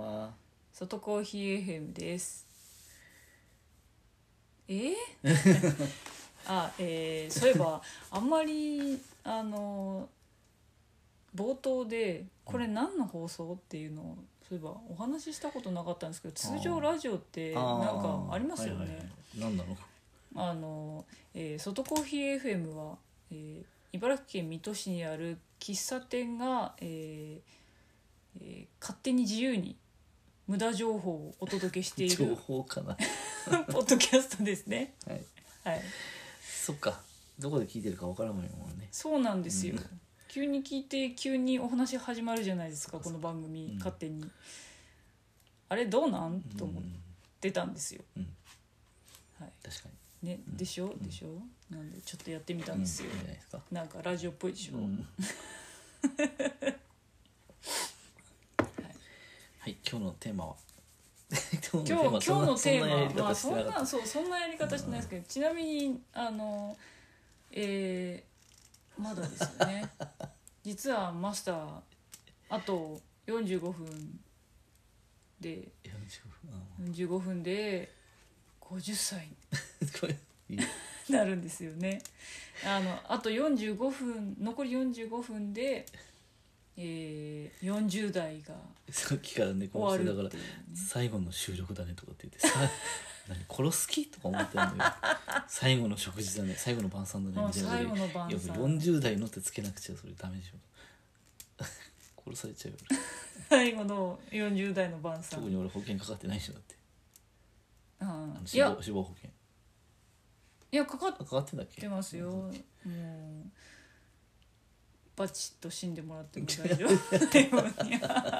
は。 外コーヒー FM です。そういえばあんまり冒頭でこれ何の放送っていうのをそういえばお話ししたことなかったんですけど、通常ラジオってなんかありますよね。 はいはいはい、何なの？ 外コーヒー FM は、茨城県水戸市にある喫茶店が、勝手に自由に無駄情報をお届けしている情報かなポッドキャストですね。 はい、 はい、 そっか、どこで聞いてるか分からないもんね。 そうなんですよ、急に聞いて急にお話始まるじゃないですか、この番組、勝手にあれどうなんと思ってたんですよ、はい、 確かにね、でしょ、なんでちょっとやってみたんですよ、 いいじゃないですか。 なんかラジオっぽいでしょ、 はい、今日のテーマは今日のテーマはそんなやり方してないですけど、ちなみにまだですよね実はマスターあと45分で45分で50歳になるんですよね。あと45分、残り45分で40代がさっきからね、この人だから最後の収録だねとかって言ってさ何殺す気とか思ってるんだよ最後の食事だね、最後の晩餐だねみたいな。 最後の晩餐 40代のってつけなくちゃそれダメでしょ殺されちゃうよ最後の40代の晩餐。 特に俺保険かかってないしだって、死亡保険いやかかってんだっけ。 出ますよ、もうバチッと死んでもらっても大丈夫い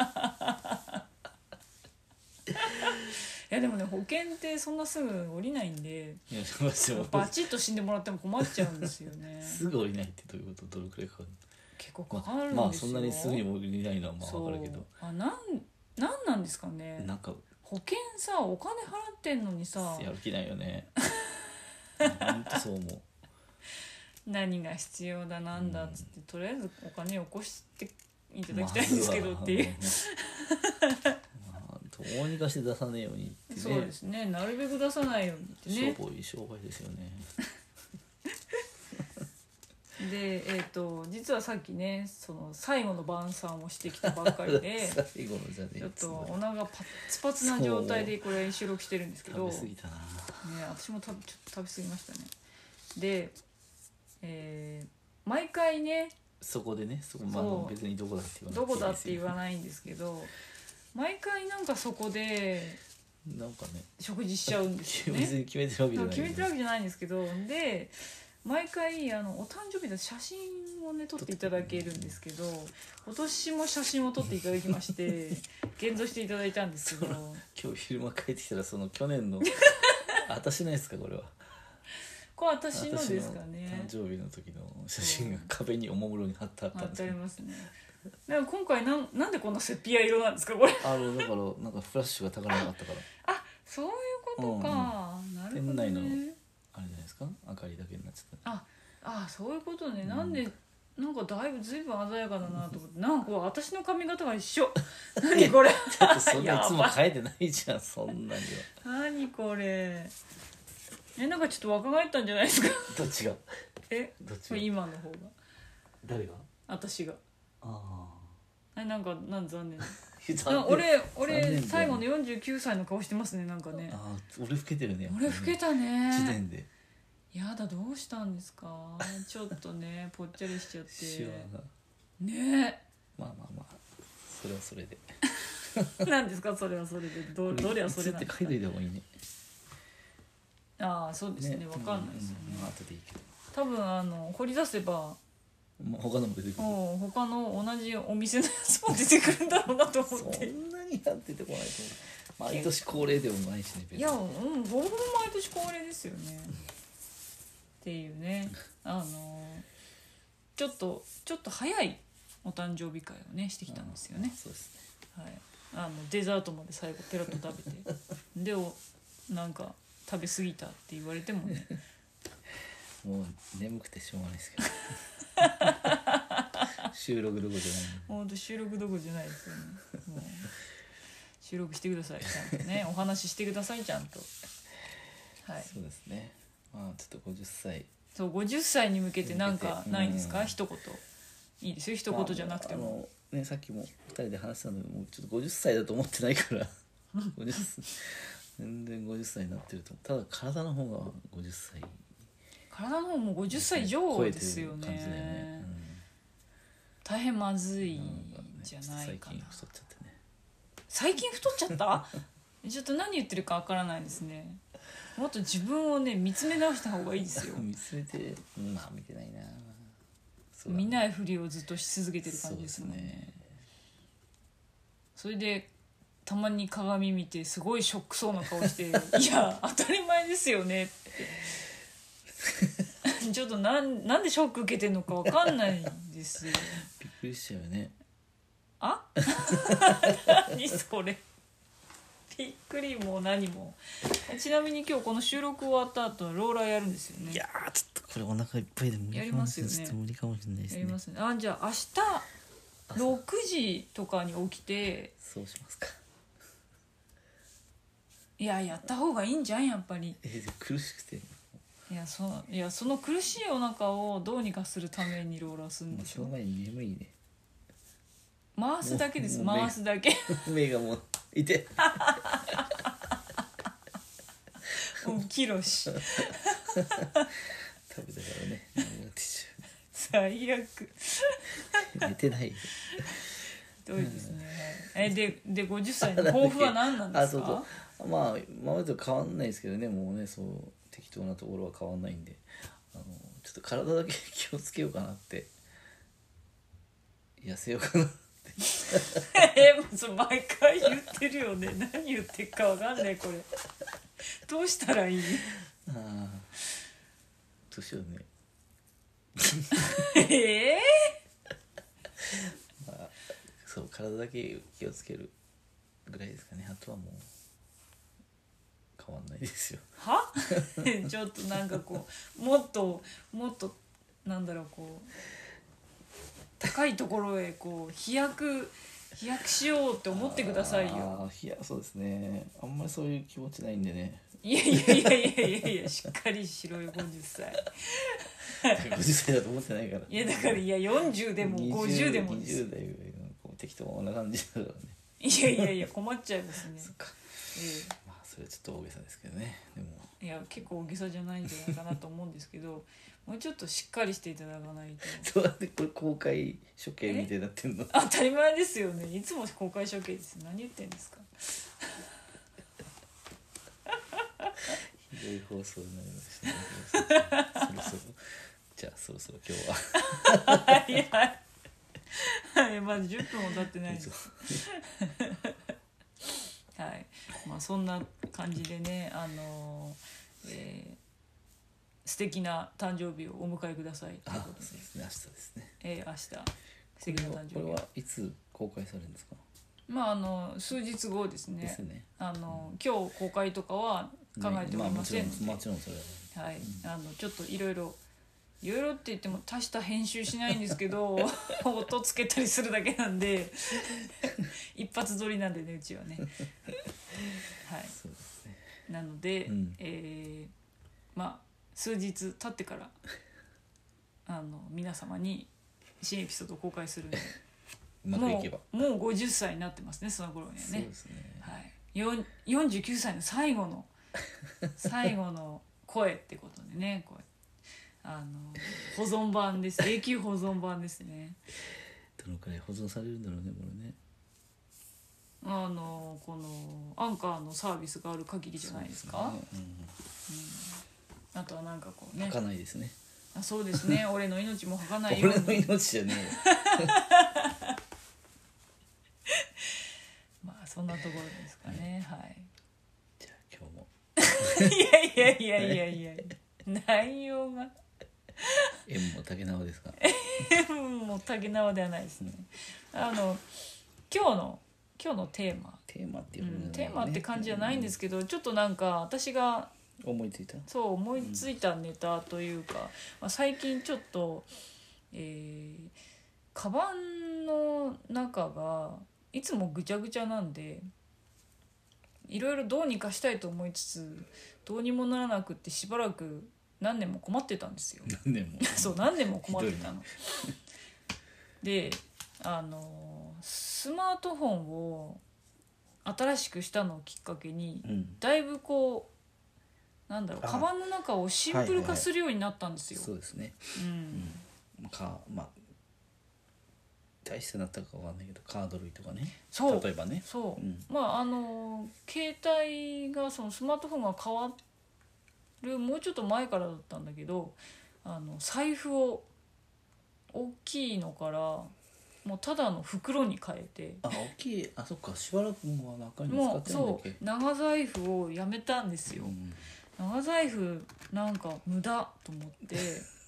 やでもね、保険ってそんなすぐ降りないんで、 いやバチッと死んでもらっても困っちゃうんですよねすぐ降りないってどういうこと？どれくらいかかるの？ 結構かかるんですよ。 まあそんなにすぐに降りないのはまあ分かるけど、 なんなんですかね。 なんか保険さ、お金払ってんのにさ、 やる気ないよねほんとそう思う。 何が必要だなんだっつって、とりあえずお金を起こしていただきたいんですけどっていう、 どうにかして出さねえようにってね。 そうですね、なるべく出さないようにってね。 商売ですよねで実はさっきね、その最後の晩餐をしてきたばっかりで最後のじゃねえ、 ちょっとお腹パツパツな状態でこれ収録してるんですけど、 食べ過ぎたな、 私もちょっと食べ過ぎましたね。で、毎回ね、 そこでね、別にどこだって言わないんですけど、毎回なんかそこでなんかね食事しちゃうんですよね。 別に決めてるわけじゃない、 決めてるわけじゃないんですけど、で毎回お誕生日で写真をね撮っていただけるんですけど、今年も写真を撮っていただきまして現像していただいたんですけど、 今日昼間帰ってきたらその去年の私のやつか、これはこれ私のですかね。 誕生日の時の写真が壁におもむろに貼ってあったんです貼ってありますね。でも今回なんでこんなセピア色なんですかこれ。 だからなんかフラッシュが高らなかったから。 あ、そういうことか、なるほどね。 店内のあれじゃないですか、明かりだけになっちゃった。 あ、そういうことね。なんでなんかだいぶ随分鮮やかだなと思って、なんかこう私の髪型が一緒何これだってそんないつも変えてないじゃんそんなには。 何これ、なんかちょっと若返ったんじゃないですかどっちが？どっちが？ 今の方が。 誰が？ 私が。なんか残念俺最後の49歳の顔してますね、なんかね。 俺老けてるね。 俺老けたね。 時点で。 やだ、どうしたんですかちょっとねぽっちゃりしちゃってシワがね。 まあそれはそれで何ですかそれはそれで、どれはそれなんですか。 書いといた方がいいね。 そうですね、分かんないですよね。 後でいいけど、 多分掘り出せば他のも出てくる。 他の同じお店のやつも出てくるんだろうなと思って。 そんなにやっててこないと思う。毎年恒例でもないしね。 いや、僕も毎年恒例ですよねっていうね。ちょっと早いお誕生日会をねしてきたんですよね。 そうですね。はい。デザートまで最後ペロッと食べてでなんか食べ過ぎたって言われてもねもう眠くてしょうがないですけど収録どころじゃない。 ほんと収録どころじゃないですよね。もう収録してくださいちゃんとねお話ししてくださいちゃんと。はい、 そうですね。まあちょっと50歳そう50歳に向けてなんかないんですか、一言。いいですよ一言じゃなくても、 ね、さっきも2人で話したんだけどもうちょっと50歳だと思ってないから50歳全然50歳になってると思う。ただ体の方が50歳体の方も50歳以上ですよね。 超えてる感じだよね、 大変まずいんじゃないかな。 最近太っちゃってね。 最近太っちゃったちょっと何言ってるかわからないですね。もっと自分をね見つめ直した方がいいですよ見つめてまあ見てないな。 見ないふりをずっとし続けてる感じですもんね。それでたまに鏡見てすごいショックそうな顔していや当たり前ですよねってちょっとなんでショック受けてるのか分かんないんですよ。 びっくりしちゃうよね。 あ何それびっくりも何も。ちなみに今日この収録終わった後ローラーやるんですよね。 いやちょっとこれお腹いっぱいで無理かもしれない。 やりますよね。 ちょっと無理かもしれないですね。 やりますね。じゃあ明日6時とかに起きて。 そうしますか。 いややった方がいいんじゃんやっぱり。 苦しくていやその苦しいお腹をどうにかするためにローラーするんでしょ。 その前に眠いね。 回すだけです。回すだけ目がもういて起きろし食べたからね最悪寝てないよ。 ひどいですね。で50歳の抱負は何なんですか？ そうまあ今までと変わんないですけどね。もうねそう適当なところは変わんないんでちょっと体だけ気をつけようかなって。痩せようかなってそれ毎回言ってるよね。何言ってるか分かんないこれ。どうしたらいい？ どうしようねまあ、そう体だけ気をつけるぐらいですかね。あとはもう変わんないですよ。 はちょっとなんかこうもっとなんだろうこう高いところへこう飛躍しようって思ってくださいよ。 いやそうですね。あんまりそういう気持ちないんでね。 いやしっかりしろよ50歳 50歳だと思ってないから。 いやだから40でも50でもです 20代ぐらいのこう適当な感じだからね。 いや困っちゃいますね。 そっか、まあそれはちょっと大げさですけどね。でもいや結構大げさじゃないんじゃないかなと思うんですけどもうちょっとしっかりしていただかないと。 どうやってこれ公開処刑みたいになってんの？ 当たり前ですよね。いつも公開処刑です。何言ってんですかひどい放送になりましたね。そろそろ今日ははいまだ10分も経ってないですはいまあそんな感じでね素敵な誕生日をお迎えくださいということで。 そうですね、明日ですね。 明日素敵な誕生日。 これはいつ公開されるんですか？ まあ数日後ですね。 ですね。 今日公開とかは考えておりませんので、 もちろんそれは、 はい、ちょっといろいろって言っても大した編集しないんですけど音つけたりするだけなんで一発撮りなんでねうちはねはいそうですね。 なので、まあ数日経ってから皆様に新エピソードを公開するんでうまくいけばもう50歳になってますねその頃にはね。 そうですね、 はい、49歳の最後の声ってことでねこれ保存版です。永久保存版ですね。 どのくらい保存されるんだろうねこれね。 このアンカーのサービスがある限りじゃないですか。あとはなんかこうね儚いですね。 そうですね俺の命も儚いように俺の命じゃねまあそんなところですかね。はい、 じゃあ今日もいや内容が縁も竹縄ですか？ もう竹縄ではないですね。今日のテーマっていうテーマって感じじゃないんですけど、ちょっとなんか私が思いついた思いついたネタというか、最近ちょっと、カバンの中がいつもぐちゃぐちゃなんでいろいろどうにかしたいと思いつつどうにもならなくってしばらく何年も困ってたんですよ。 何年もそう何年も困ってたの。でスマートフォンを新しくしたのをきっかけに、だいぶこうなんだろうカバンの中をシンプル化するようになったんですよ。 そうですね。まあ大してなったかわかんないけどカード類とかね。 そう例えばね。 そう、まあ携帯がそのスマートフォンが変わるもうちょっと前からだったんだけど財布を大きいのからもうただの袋に変えて大きいそっかしばらくもう中に使ってないんだっけ。 そう長財布をやめたんですよ、長財布なんか無駄と思って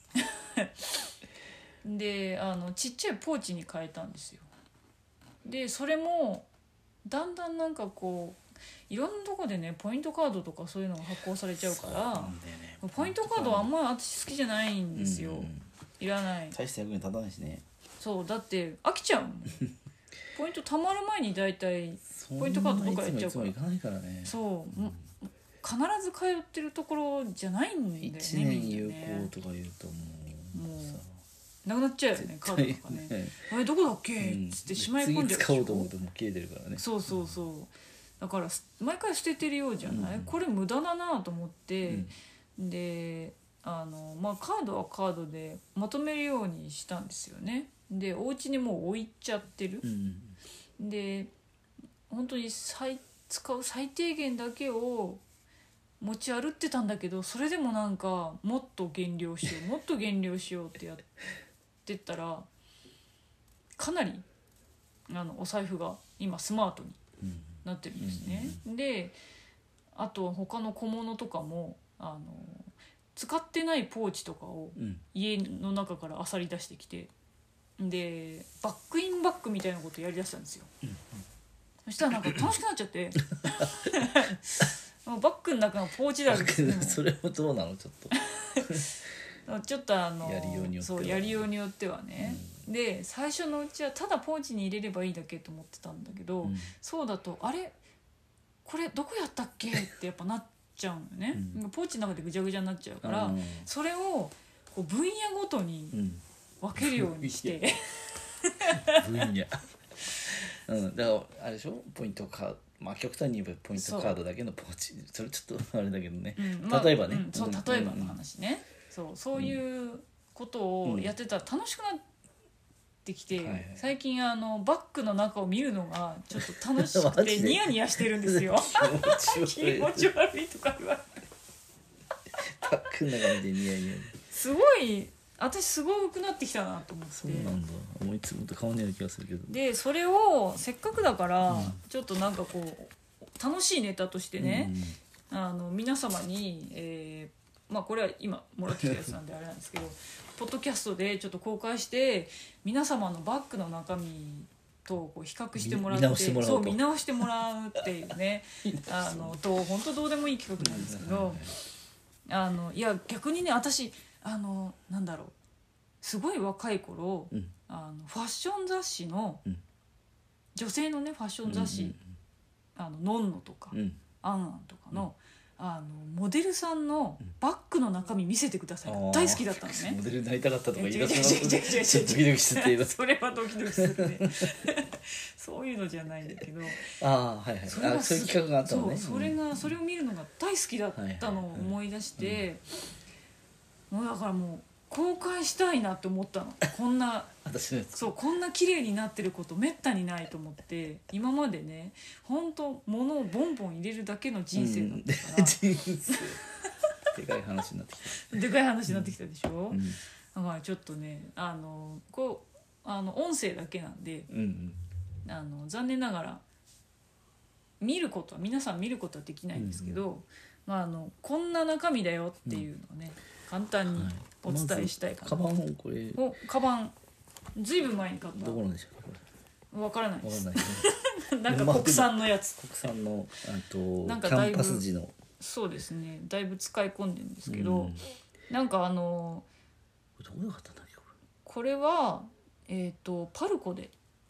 でちっちゃいポーチに変えたんですよ。でそれもだんだんなんかこういろんなとこでねポイントカードとかそういうのが発行されちゃうからポイントカードはあんまり私好きじゃないんですよ、いらない。 大して役に立たないしね。 そうだって飽きちゃうもんポイント貯まる前にだいたいポイントカードどっかやっちゃうから。 いつも行かないからね。 そう、必ず通ってるところじゃないんだよね。 1年有効とか言うともうなくなっちゃうよねカードとかねあれどこだっけっつってしまい込んじゃうでしょ。 次使おうと思うともう切れてるからね。 そうだから毎回捨ててるようじゃない、これ無駄だなと思って、でカードはカードでまとめるようにしたんですよね。でお家にもう置いちゃってる、で本当に使う最低限だけを持ち歩ってたんだけど、それでもなんかもっと減量しようもっと減量しようってやってったらかなりお財布が今スマートになってるんですね、であと他の小物とかも使ってないポーチとかを家の中から漁り出してきて、でバックインバックみたいなことやりだしたんですよ、そしたらなんか楽しくなっちゃってバッグの中がポーチだるんですよ。 それもどうなのちょっとちょっとやりようによってはそうやりようによってはね、で最初のうちはただポーチに入れればいいだけと思ってたんだけど、そうだとあれこれどこやったっけってやっぱなっちゃうのよね、ポーチの中でぐちゃぐちゃになっちゃうから、それをこう分野ごとに分けるようにして、 分野だからあれでしょポイントカード、極端に言えばポイントカードだけのポーチ、それちょっとあれだけどね、例えばね、 そう例えばの話ね、そういうことをやってたら楽しくなってきて、最近バッグの中を見るのがちょっと楽しくてニヤニヤしてるんですよ気持ち悪いとか言われてバッグの中見てニヤニヤすごい私すごくなってきたなと思って。 そうなんだ、いつもと変わんないような気がするけど、 でそれをせっかくだから、ちょっとなんかこう楽しいネタとしてね、皆様に、これは今もらってきたやつなんであれなんですけどポッドキャストでちょっと公開して皆様のバッグの中身とこう比較してもらって見直してもらうっていうね本当どうでもいい企画なんですけど、いや逆にね私なんだろうすごい若い頃、ファッション雑誌の、女性のねファッション雑誌、ノンノとか、アンアンとかの、モデルさんのバッグの中身見せてください大好きだったのね。 モデルになりたかったとか言い出すのちょっとドキドキしててそれはドキドキするねそういうのじゃないんだけどそういう企画があったのね。 それを見るのが大好きだったのを思い出して、もうだからもう公開したいなって思ったのこんなこんな綺麗になってることめったにないと思って、今までね本当物をボンボン入れるだけの人生だったから、 人生でかい話になってきたでかい話になってきたでしょ、だからちょっとね音声だけなんで、残念ながら皆さん見ることはできないんですけど、こんな中身だよっていうのをね、簡単にお伝えしたいかな。 カバンもこれカバンずいぶん前に買った。 どこなんでしょうかこれ。 わからないです。 わからない、 なんか国産のやつ。 国産のなんかキャンパス地の。 そうですね。だいぶ使い込んでるんですけど、なんかどこで買ったんだっけこれはパルコで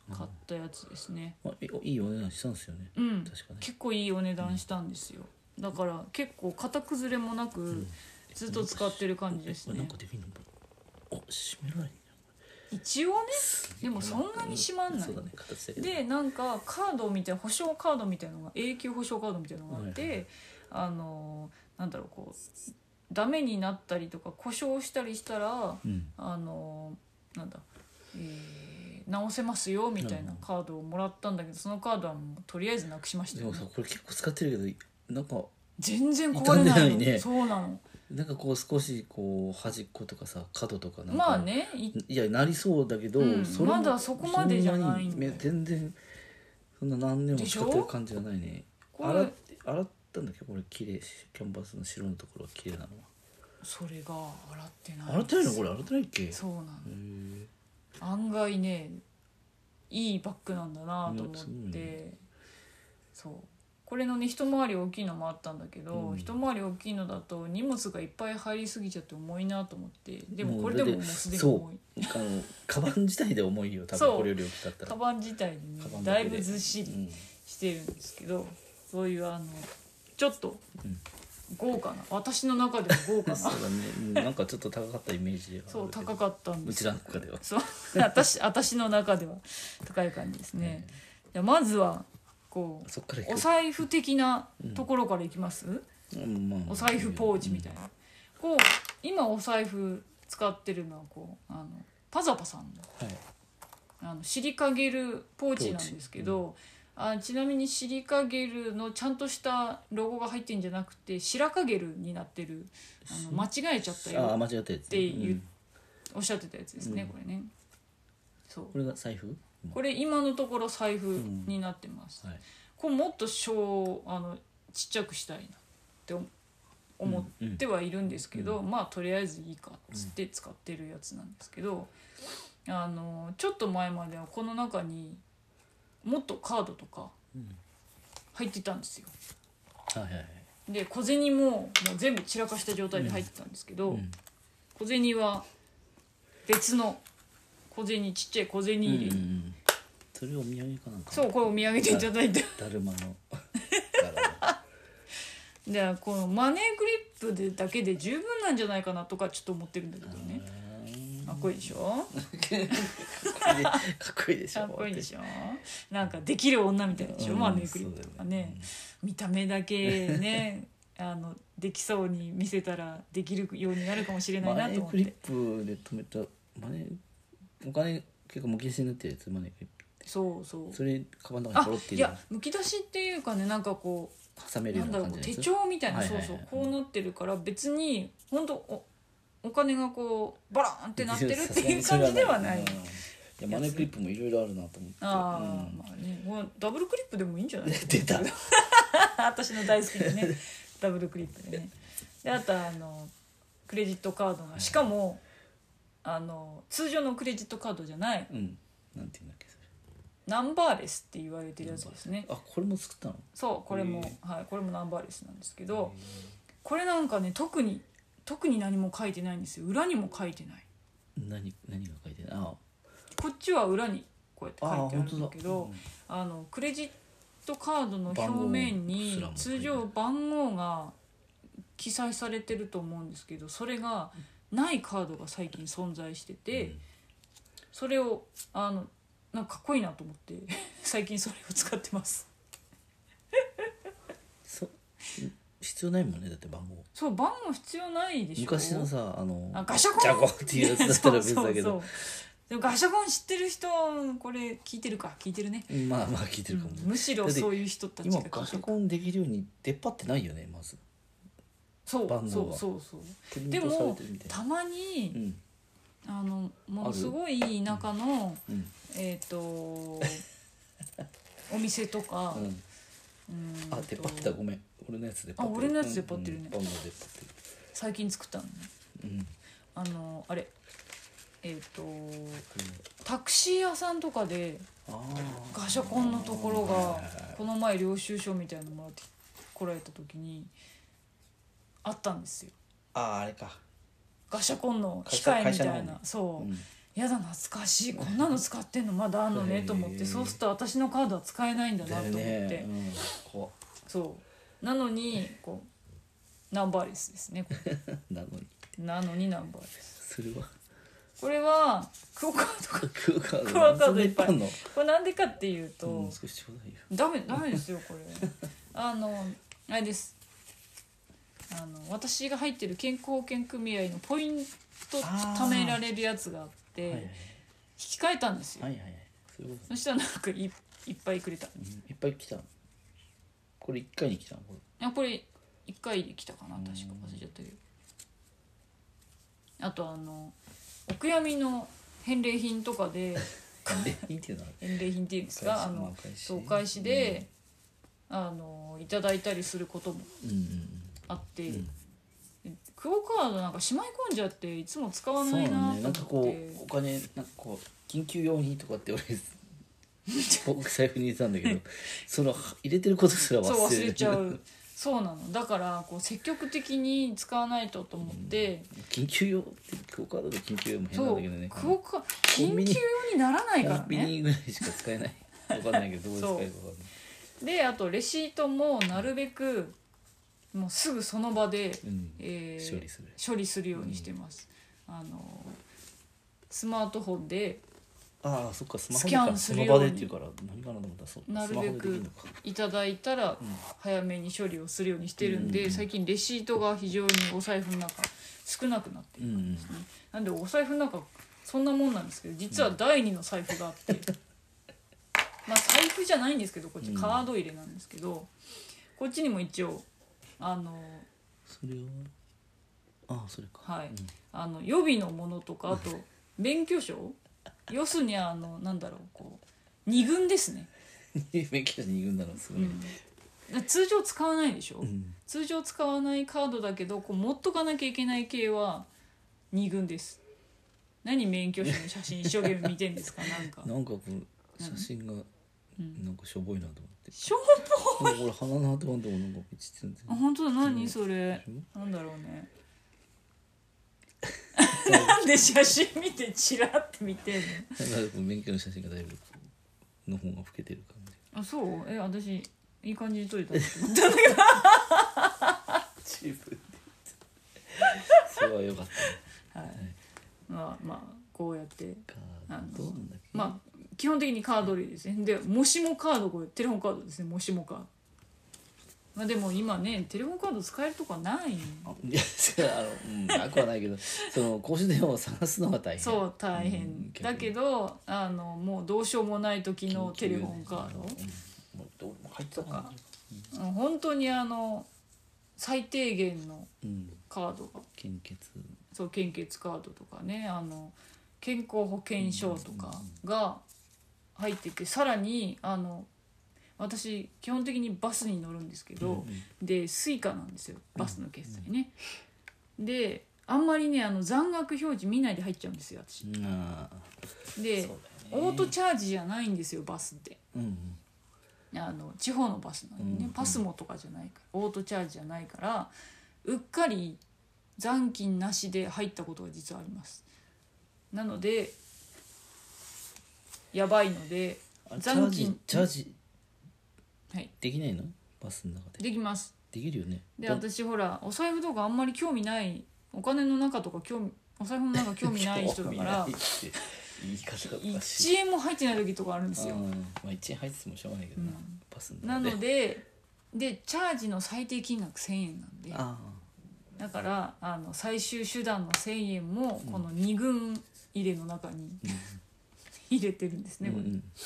買ったやつですね、 いいお値段したんですよね、 うん、 確かね結構いいお値段したんですよ、だから結構型崩れもなくずっと使ってる感じですね、 なんかできんの閉められん一応ね、でもそんなに閉まんない、 そうだね、形だけどでなんかカードみたいな保証カードみたいなのが永久保証カードみたいなのがあって、なんだろうこうダメになったりとか故障したりしたら、なんだ、直せますよみたいなカードをもらったんだけど、そのカードはもうとりあえずなくしましたよ、ね、 でもさこれ結構使ってるけどなんか全然壊れないの、 ね、 そうなの、 なんかこう少しこう端っことかさ角とかなんかまあねいやなりそうだけど、 それまだそこまでじゃないんだよ、 全然そんな何年も使ってる感じがないね。洗ったんだけどこれ綺麗、キャンバスの白のところは綺麗なのは。 それが洗ってない、 洗ってないのこれ、洗ってないっけ。 そうなの、案外ねいいバッグなんだなと思って、そうこれのね一回り大きいのもあったんだけど、一回り大きいのだと荷物がいっぱい入りすぎちゃって重いなと思って、でもこれでももうすでに重い、 カバン自体で重いよ多分これより大きかったら。 カバン自体でねだいぶずっしりしてるんですけど、そういうちょっと豪華な、私の中でも豪華なそうだね、なんかちょっと高かったイメージではあるけど、 そう高かったんです、 うちらの中ではそう私の中では高い感じですね、じゃあまずはこうそっからお財布的なところからいきます、お財布ポーチみたいな、こう今お財布使ってるのはこうパザパさんの、シリカゲルポーチなんですけど、ちなみにシリカゲルのちゃんとしたロゴが入ってるんじゃなくてシラカゲルになってる、間違えちゃったよっておっしゃってたやつですね、これね。そうこれが財布、 これ今のところ財布になってます、これもっとちっちゃくしたいなって思ってはいるんですけど、まあとりあえずいいかっつって使ってるやつなんですけど、ちょっと前まではこの中にもっとカードとか入ってたんですよ、で小銭もう全部散らかした状態で入ってたんですけど、小銭は別の小銭、ちっちゃい小銭入れ、 それお土産かなんか、 そうこれお土産でいただいてだるまのでこのマネークリップでだけで十分なんじゃないかなとかちょっと思ってるんだけどね。かっこいいでしょかっこいいでしょかっこいいでしょ、なんかできる女みたいでしょ、マネークリップとかね、見た目だけねできそうに見せたらできるようになるかもしれないなと思って。 マネークリップで止めたお金結構むき出しになってるやつ、マネークリップって。 そうそれカバンの中にポロって入れる。 いやむき出しっていうかね、なんかこう挟めるような感じのやつ、 手帳みたいな、そうこうなってるから別に本当お金がこうバラーンってなってるっていう感じではない。 いやマネークリップもいろいろあるなと思って。 まあね、ダブルクリップでもいいんじゃない出た私の大好きなねダブルクリップでね。であとクレジットカードが、しかも通常のクレジットカードじゃない、 なんていうんだっけそれ、 ナンバーレスって言われてるやつですね。 これも作ったの。 そうこれもこれもナンバーレスなんですけど、これなんかね特に何も書いてないんですよ。裏にも書いてない。 何が書いてない。 こっちは裏にこうやって書いてあるんだけど、クレジットカードの表面に通常番号が記載されてると思うんですけど、それがないカードが最近存在してて、それをなんかかっこいいなと思って最近それを使ってます必要ないもんね、だって番号。 そう番号必要ないでしょ。 昔のさガシャコンジャコンっていうやつだったら別だけどそうでもガシャコン知ってる人これ聞いてるか、聞いてるね。 まあ聞いてるかも、 むしろそういう人たちが今ガシャコンできるように出っ張ってないよね、まず。 そうでもたまに、ものすごい田舎の、お店とか、 出っ張ってた、ごめん、俺のやつ出っ張ってる。 俺のやつ出っ張ってるね、 出っ張ってる。 最近作ったのね、あれタクシー屋さんとかでガシャコンのところがこの前領収書みたいなのもらってこられた時にあったんですよ。 あれか、 ガシャコンの機械みたいな、そう、 やだ懐かしい、こんなの使ってんのまだあんのねと思って、そうすると私のカードは使えないんだなと思って、 怖っ。 そうなのにこうナンバーレスですねなのにナンバーレス。 それはこれはクオカードがクオカードクオカードいっぱいそんなのこれなんでかっていうと、 少しちょうだいよ。 ダメですよこれあれです、私が入ってる健康保険組合のポイント貯められるやつがあって、 はいはい引き換えたんですよ、 はいはいはい、そういうこと。 そしたらなんかいっぱいくれた。 いっぱい来た。これ1回に来たのこれ。 これ1回で来たかな、確か忘れちゃったけど。あとお悔やみの返礼品とかで返礼品っていうのは返礼品っていうんですか、お返しで、いただいたりすることもあって、クオカードなんかしまい込んじゃっていつも使わないなと思って、 なんかこうお金なんかこう緊急用にとかって俺僕財布に入れたんだけどその入れてることすら忘れちゃう。そうなの、だからこう積極的に使わないとと思って、 緊急用ってクオカードで緊急用も変なんだけどね。 クオカ緊急用にならないからね。 コンビニぐらいしか使えない分かんないけどどう使えるか分かんない。 であとレシートもなるべくもうすぐその場で、処理するようにしてます、スマートフォンでそっかスマホスキャンするように、 その場でっていうから何かなと思ったらそうなるべくいただいたら早めに処理をするようにしてるんで、最近レシートが非常にお財布の中少なくなっているんですね、なんでお財布の中そんなもんなんですけど、実は第2の財布があって、まあ財布じゃないんですけどこっちカード入れなんですけど、こっちにも一応それはそれか、 はい、予備のものとかあと免許証要するになんだろうこう2軍ですね免許証2軍なのすごい、 通常使わないでしょ、通常使わないカードだけどこう持っとかなきゃいけない系は2軍です。何免許証の写真一生懸命見てんですかなんかこう写真がなんかしょぼいなと思って、 しょぼいこれ鼻の頭のとこなんかピチってるんですよ。 本当だ、何それなんだろうねなんで写真見てチラって見てんの免許の写真がだいぶの方が老けてる感じ。 そう私いい感じに撮れたと思ったんだけど自分でそれは良かったね。 はい、まあこうやってまあ基本的にカード類ですね。でもしもカードこれテレホンカードですね、もしもカード。まあでも今ねテレホンカード使えるとこはないいやなくはないけどその公衆電話を探すのが大変。 そう大変、だけどもうどうしようもない時のテレホンカードとか、本当に最低限のカードが、 献血カードとかね健康保険証とかが入ってて、さらに私基本的にバスに乗るんですけど、でスイカなんですよバスの決済ね、であんまりね残額表示見ないで入っちゃうんですよ私、で、オートチャージじゃないんですよバスって、地方のバスなのにね、パスモとかじゃないからオートチャージじゃないからうっかり残金なしで入ったことが実はあります。なのでやばいので残金チャージはい、 できないのバスの中で。 できます。 できるよね。 で私ほらお財布とかあんまり興味ない、お金の中とかお財布の中興味ない人だから言い方が 1円も入ってない時とかあるんですよ。 まあ1円入っててもしょうがないけどな、バスの中で。 なのでチャージの最低金額1000円なんで、だから最終手段の1000円もこの2軍入れの中に、入れてるんですねこれ、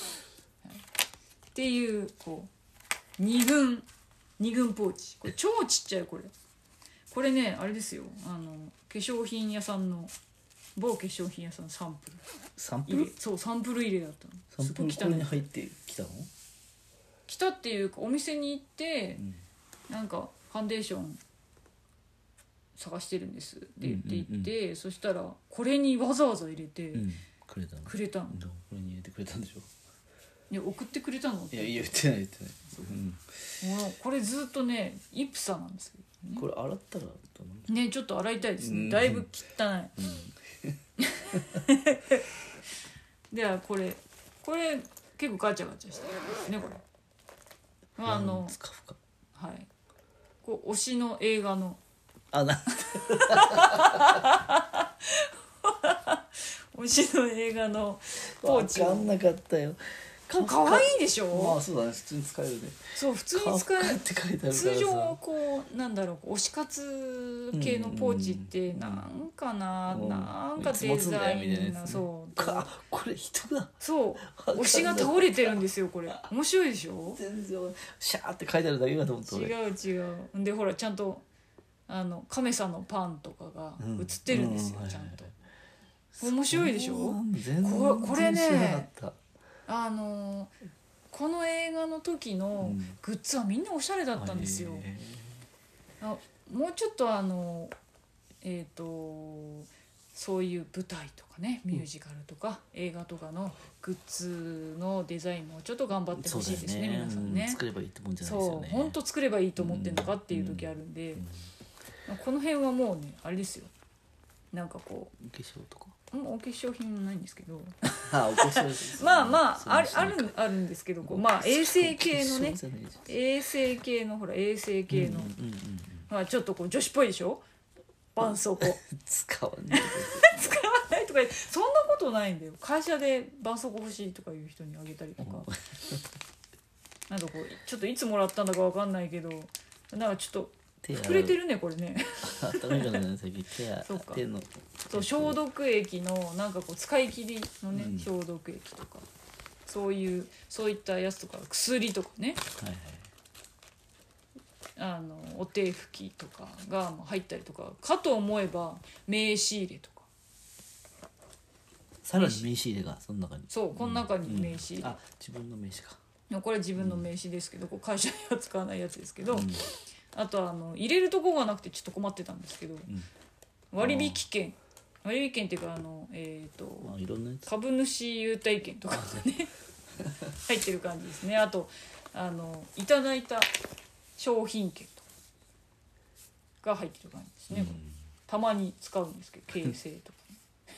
っていうこう2軍ポーチ、これ超ちっちゃい、これねあれですよ、化粧品屋さんの某化粧品屋さんのサンプルそうサンプル入れだったの。 サンプルこれに入ってきたの？ 来たっていうかお店に行って、なんかファンデーション探してるんですって言って行って、そしたらこれにわざわざ入れてくれたの。 これに入れてくれたんでしょ。 いや送ってくれたのって。 いや言ってない、 これずっとねイプサなんですけどね。 これ洗ったらねちょっと洗いたいですね、だいぶ汚い、 ではこれ結構ガチャガチャしてるんですねこれ。 スカフか。 はい。こう推しの映画のあ、 推しの映画のポーチを。 分かんなかったよ。 可愛いでしょ。 まあそうだね、普通に使えるね。 そう普通に使えるって書いてあるからさ。 通常こうなんだろう推し活系のポーチってなんかな、なんかデザインな、そうこれ人だ。 そう推しが倒れてるんですよこれ。面白いでしょ。 全然シャーって書いてあるだけかと思った。 違うでほらちゃんと亀さんのパンとかが写ってるんですよ、ちゃんと。面白いでしょ。これねこの映画の時のグッズはみんなおしゃれだったんですよ。もうちょっとそういう舞台とかねミュージカルとか映画とかのグッズのデザインもちょっと頑張ってほしいですね、皆さんね。 作ればいいってもんじゃないですよね。 そう本当作ればいいと思ってんのかっていう時あるんで、この辺はもうねあれですよ、なんかこうお化粧とかお化粧品もないんですけどお化粧まああるんですけど、こうまあ衛生系のね衛生系のまあちょっとこう女子っぽいでしょ。絆創膏使わないとかそんなことないんだよ。会社で絆創膏欲しいとかいう人にあげたりとかなんかこうちょっといつもらったんだかわかんないけどなんかちょっと膨れてるねこれね。手のそう消毒液のなんかこう使い切りのね、消毒液とかそういったやつとか薬とかね、お手拭きとかが入ったりとかかと思えば名刺入れとか、 さらに名刺入れがその中に、 そうこの中に名刺入れ、 自分の名刺か。 これ自分の名刺ですけど、こう会社では使わないやつですけど、あと入れるとこがなくてちょっと困ってたんですけど、割引券っていうかいろんなやつ株主優待券とかね入ってる感じですね。あといただいた商品券とかが入ってる感じですね、たまに使うんですけど京成とかね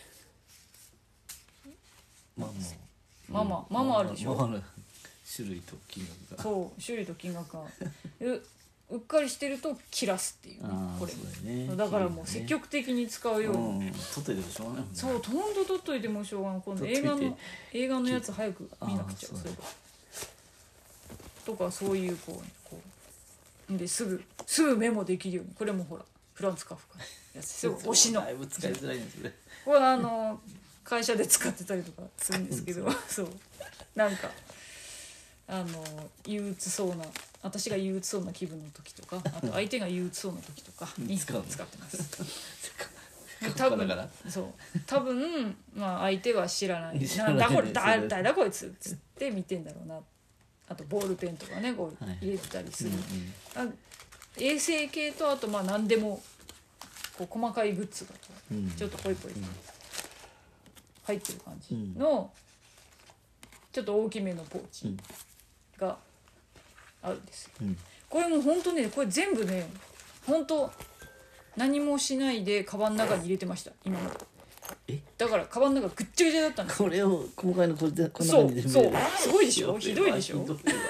まああるでしょ。 種類と金額がそう種類と金額がうっかりしてると切らすっていうね、これだからもう積極的に使うように取っといてもしょうがないもんね。 そうほんと取っといてもしょうがない。今度映画のやつ早く見なくちゃ。そういえばとかそういうこうですぐメモできるように、これもほらフランツカフカのやつですよ。推しのだいぶ使いづらいんですね。 これ会社で使ってたりとかするんですけどそうなんか憂鬱そうな私が憂鬱そうな気分の時とか、あと相手が憂鬱そうな時とかに使ってます多分まあ相手は知らないなんだこれ誰だこいつっつって見てんだろうな。あとボールペンとかねこう入れてたりする、衛生系とあとまあ何でもこう細かいグッズだとちょっとポイポイ入ってる感じのちょっと大きめのポーチがあるんですよ。これも本当ね、これ全部ね本当何もしないでカバンの中に入れてました今まで。だからカバンの中ぐっちゃぐちゃだったんですよ。 これを細かいのこんな感じでそうすごいでしょ。ひどいでしょ。いや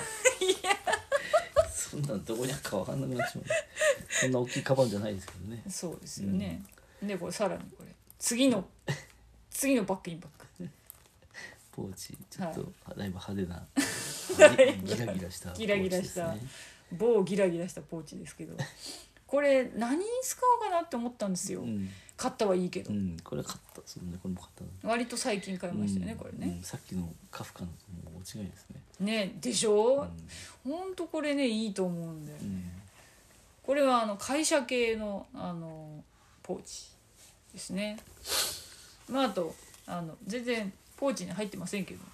そんなんどこにあるか分かんなくなっちまう。そんな大きいカバンじゃないですけどね。 そうですよね、でこれさらにこれ次のバックインバックポーチちょっとだいぶ派手なギラギラしたギラギラした某ギラギラしたポーチですけどこれ何に使おうかなって思ったんですよ、買ったはいいけど、 これ買ったそうね、これも買った割と最近買いましたよね、これね、 さっきのカフカのとも大違いですね。 ねでしょ、ほんとこれねいいと思うんだよね、これは会社系のポーチですね。まああと全然ポーチに入ってませんけど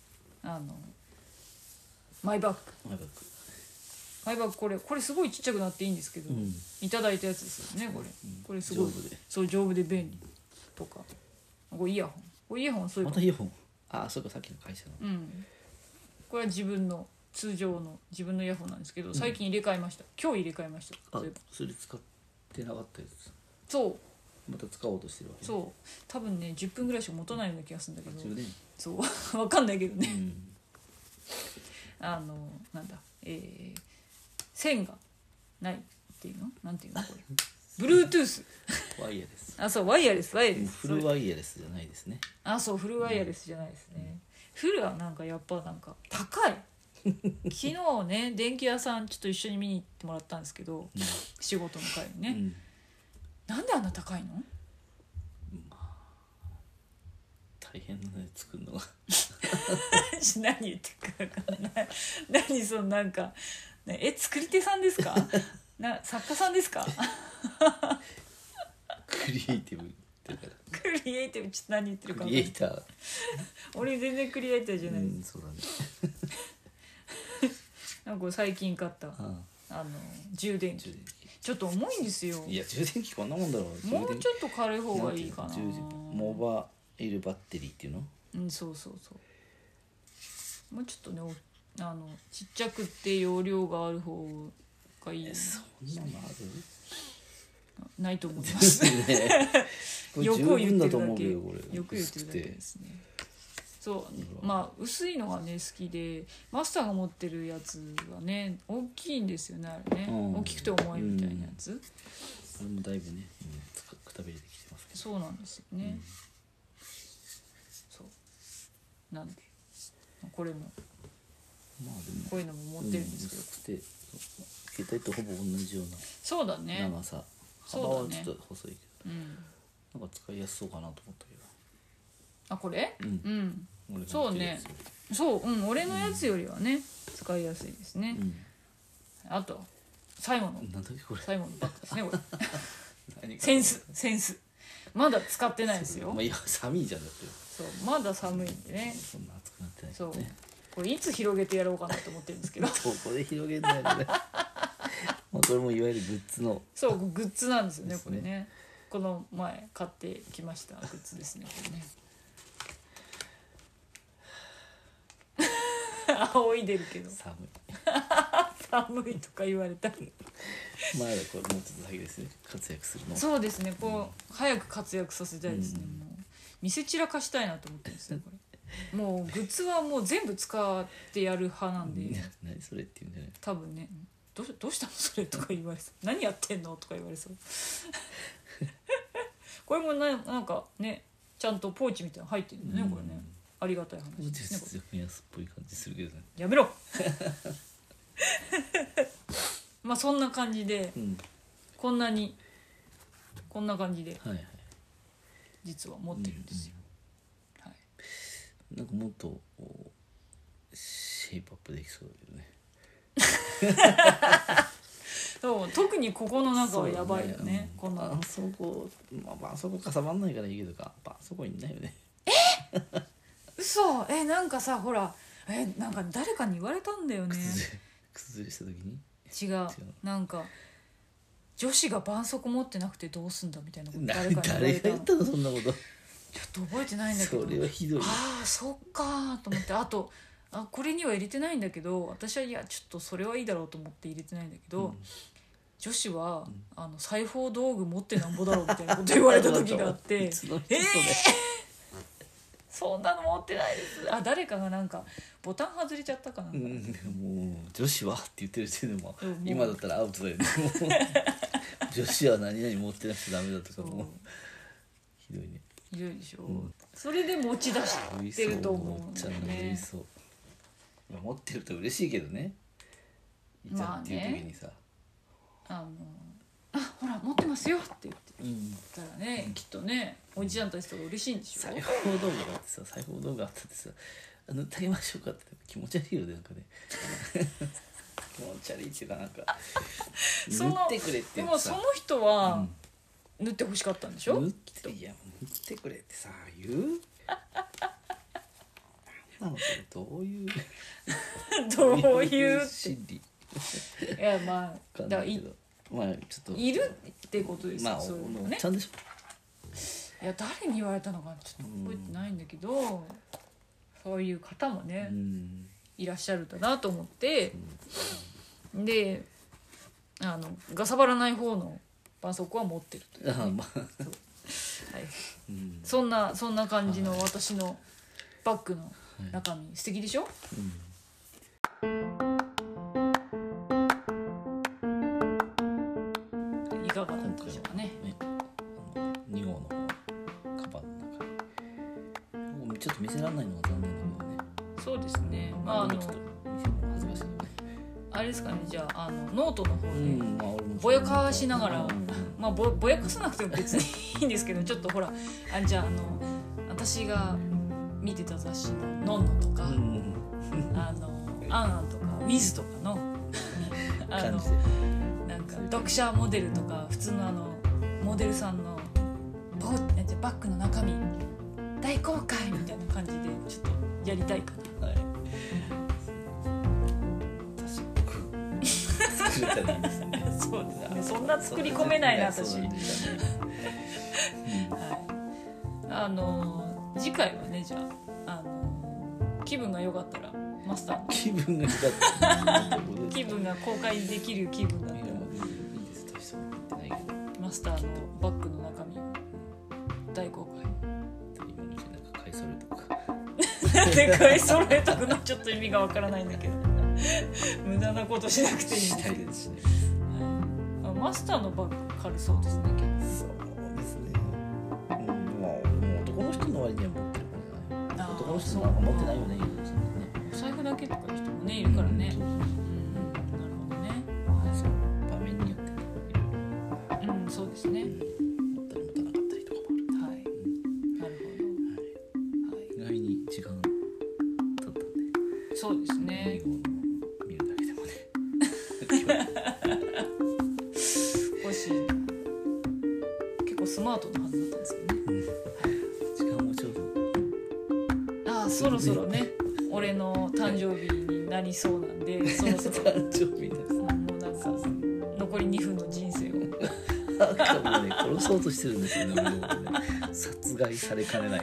マイバッグこれすごいちっちゃくなっていいんですけど、いただいたやつですよねこれすごい丈夫で便利とか、これイヤホンそういうまたイヤホンそうかさっきの会社の、 これは自分の通常の自分のイヤホンなんですけど、最近入れ替えました。今日入れ替えました。 それ使ってなかったやつ。 そうまた使おうとしてるわけ、ね、 そう多分ね10分ぐらいしか持たないような気がするんだけど充電そう分かんないけどね、 うん、 なんだ線がないっていうのなんていうのこれBluetooth ワイヤレスあそうワイヤレスフルワイヤレスじゃないですね。 あそうフルワイヤレスじゃないですね、フルはなんかやっぱなんか高い昨日ね電気屋さんちょっと一緒に見に行ってもらったんですけど、仕事の帰りにね、なんであんな高いの？ 大変だね作るのが何言ってるか分かんない何そのなんか、ね、作り手さんですか作家さんですかクリエイティブっていうかクリエイティブちょっと何言ってるかク分かんないリエイター俺全然クリエイターじゃないです、 そうだねなんか最近買った充電器ちょっと重いんですよ。 いや充電器こんなもんだろう。 もうちょっと軽い方がいいかな。 モバイルバッテリーっていうの？ そうそうそう。もうちょっとねちっちゃくって容量がある方がいい。 そんなのある？ ないと思います。欲を言ってるだけ。欲言ってるだけですね。そうまあ薄いのがね好きでマスターが持ってるやつはね大きいんですよねあれね、大きくて重いみたいなやつ、 それもだいぶね、くたびれてきてますけどそうなんですよね、そうなんでこれも、 まあでもこういうのも持ってるんですけど、 薄くて携帯とほぼ同じようなそうだね長さ、幅はちょっと細いけど、なんか使いやすそうかなと思ったけど。 あこれ？ そうねそう俺のやつよりはね使いやすいですね、あと最後の最後のバッグですねこれセンスまだ使ってないですよ。 いや寒いじゃんだって。 そうまだ寒いんでね。 そんな暑くなってない、ね、 そうこれいつ広げてやろうかなと思ってるんですけどどこで広げんだよねまあこれもいわゆるグッズのそうグッズなんですよねこれね。この前買ってきましたグッズですねこれね仰いでるけど寒いとか言われたまだこれもうちょっと先ですね活躍するの。 そうですね早く活躍させたいですね、もう見せ散らかしたいなと思ってるんですねこれもうグッズはもう全部使ってやる派なんで何それって言うんじゃない多分ねどうしたのそれとか言われそう何やってんのとか言われそうこれもなんかねちゃんとポーチみたいなの入ってるんだねこれねありがたい話ですねこれ安っぽい感じするけどねやめろまあそんな感じで、こんな感じで、実は持ってるんですよ、 なんかもっとシェイプアップできそうだけどねそう特にここの中はやばいよね。こんなあそこあそこかさばんないからいいけどかあそこいんないよね嘘なんかさほらなんか誰かに言われたんだよね崩れした時に違うなんか女子が絆創膏持ってなくてどうすんだみたいなこと誰が言ったのそんなことちょっと覚えてないんだけどそれはひどい。 ああそっかと思ってあとこれには入れてないんだけど私はいやちょっとそれはいいだろうと思って入れてないんだけど、女子は、裁縫道具持ってなんぼだろうみたいなこと言われた時があってそんなの持ってないです誰かがなんかボタン外れちゃったかな、 もう女子はって言ってる時点でも今だったらアウトだよね女子は何々持ってなくてダメだとかもうひどいねひどいでしょ、それで持ち出してると思うんだよね。 持ってると嬉しいけどねいざっていう時にさ、 ほら持ってますよって言ってたらね、きっとねおじちゃんたちとか嬉しいんでしょ。 裁縫道具があってさ裁縫道具あったってさ塗ってあげましょうかって気持ち悪いよねなんかね気持ち悪いっていうかなんか塗ってくれってでもその人は塗ってほしかったんでしょ。 塗ってくれってさ言うなんなのそれどういうどういう心理いやまあだからちょっといるってことですよ、 まあそういうのね。 ちゃんでしょ。いや誰に言われたのかちょっと覚えてないんだけど、そういう方もね、いらっしゃるんだなと思って、でガサバらない方の絆創膏は持ってるというね、 うん、 そんな感じの私のバッグの中身、素敵でしょ、いかがだったでしょうかね。 2号の方カバンの中ちょっと見せられないのが残念だけどね。 そうですね。 ちょっと見せるの恥ずかしいよね。 あれですかね、じゃあノートの方でぼややかしながら、まあぼやかさなくても別にいいんですけど、ちょっとほらじゃあ私が見てた雑誌の「のんの」とか、あんあんとかウィズとかの感じでなんか読者モデルとか普通のモデルさんのバッグの中身大公開みたいな感じでちょっとやりたいかな。はい。 作れたらいいですね。 そうですね。そんな作り込めないな私。次回はね、じゃあ気分が良かったらマスターの気分が良かった気分が公開できる気分だったらマスターのバッグの中身を大公開。 今のうちなんか買い揃えとかで買い揃えとくのちょっと意味がわからないんだけど無駄なことしなくていいんですけど、 ですね。 はい、マスターのバッグ軽そうですね。結構そうですね。もう男の人の割には持ってるからじゃない。男の人なんか持ってないよね。 お財布だけとかいう人もねいるからね。なるほどね。 そう場面によっていろいろ。 そうですね。 持ったり持たなかったりとかもある。はい。 なるほど。意外に時間経ったんで。 そうですね。 見るだけでもね。 少し結構スマートなはずだったんですけどね。 時間もちょうど。 そろそろね。俺の誕生日になりそうなんで、そろそろ誕生日です。 もうなんか残り2分の人生をなんかもうね殺そうとしてるんですよね。俺のことね殺害されかねない。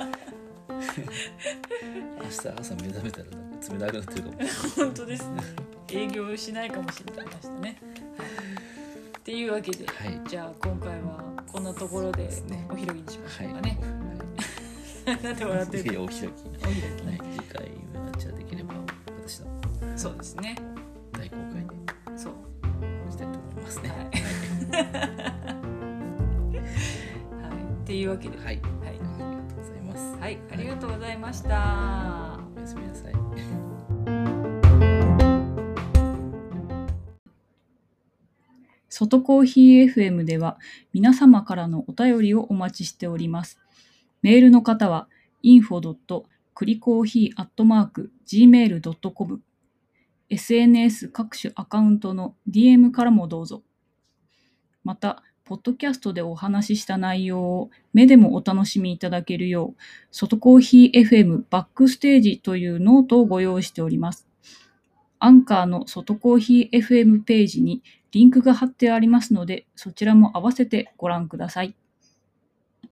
明日朝目覚めたらなんか冷たくなってるかもしれない。 本当ですね。営業しないかもしれない明日ね。っていうわけで、じゃあ今回はこんなところでお開きにしましょうかね。なんで笑ってるの？お開き。次回はじゃあできれば私のそうですね。 大公開でそうしたいと思いますね。 はい。っていうわけで、 はい。ありがとうございます。 はい、ありがとうございました。 おやすみなさい。 外コーヒー FM では皆様からのお便りをお待ちしております。メールの方は info.kurikohi@gmail.com、 SNS 各種アカウントの DM からもどうぞ。また、ポッドキャストでお話しした内容を目でもお楽しみいただけるよう、外コーヒー FM バックステージというノートをご用意しております。アンカーの外コーヒー FM ページにリンクが貼ってありますので、そちらも合わせてご覧ください。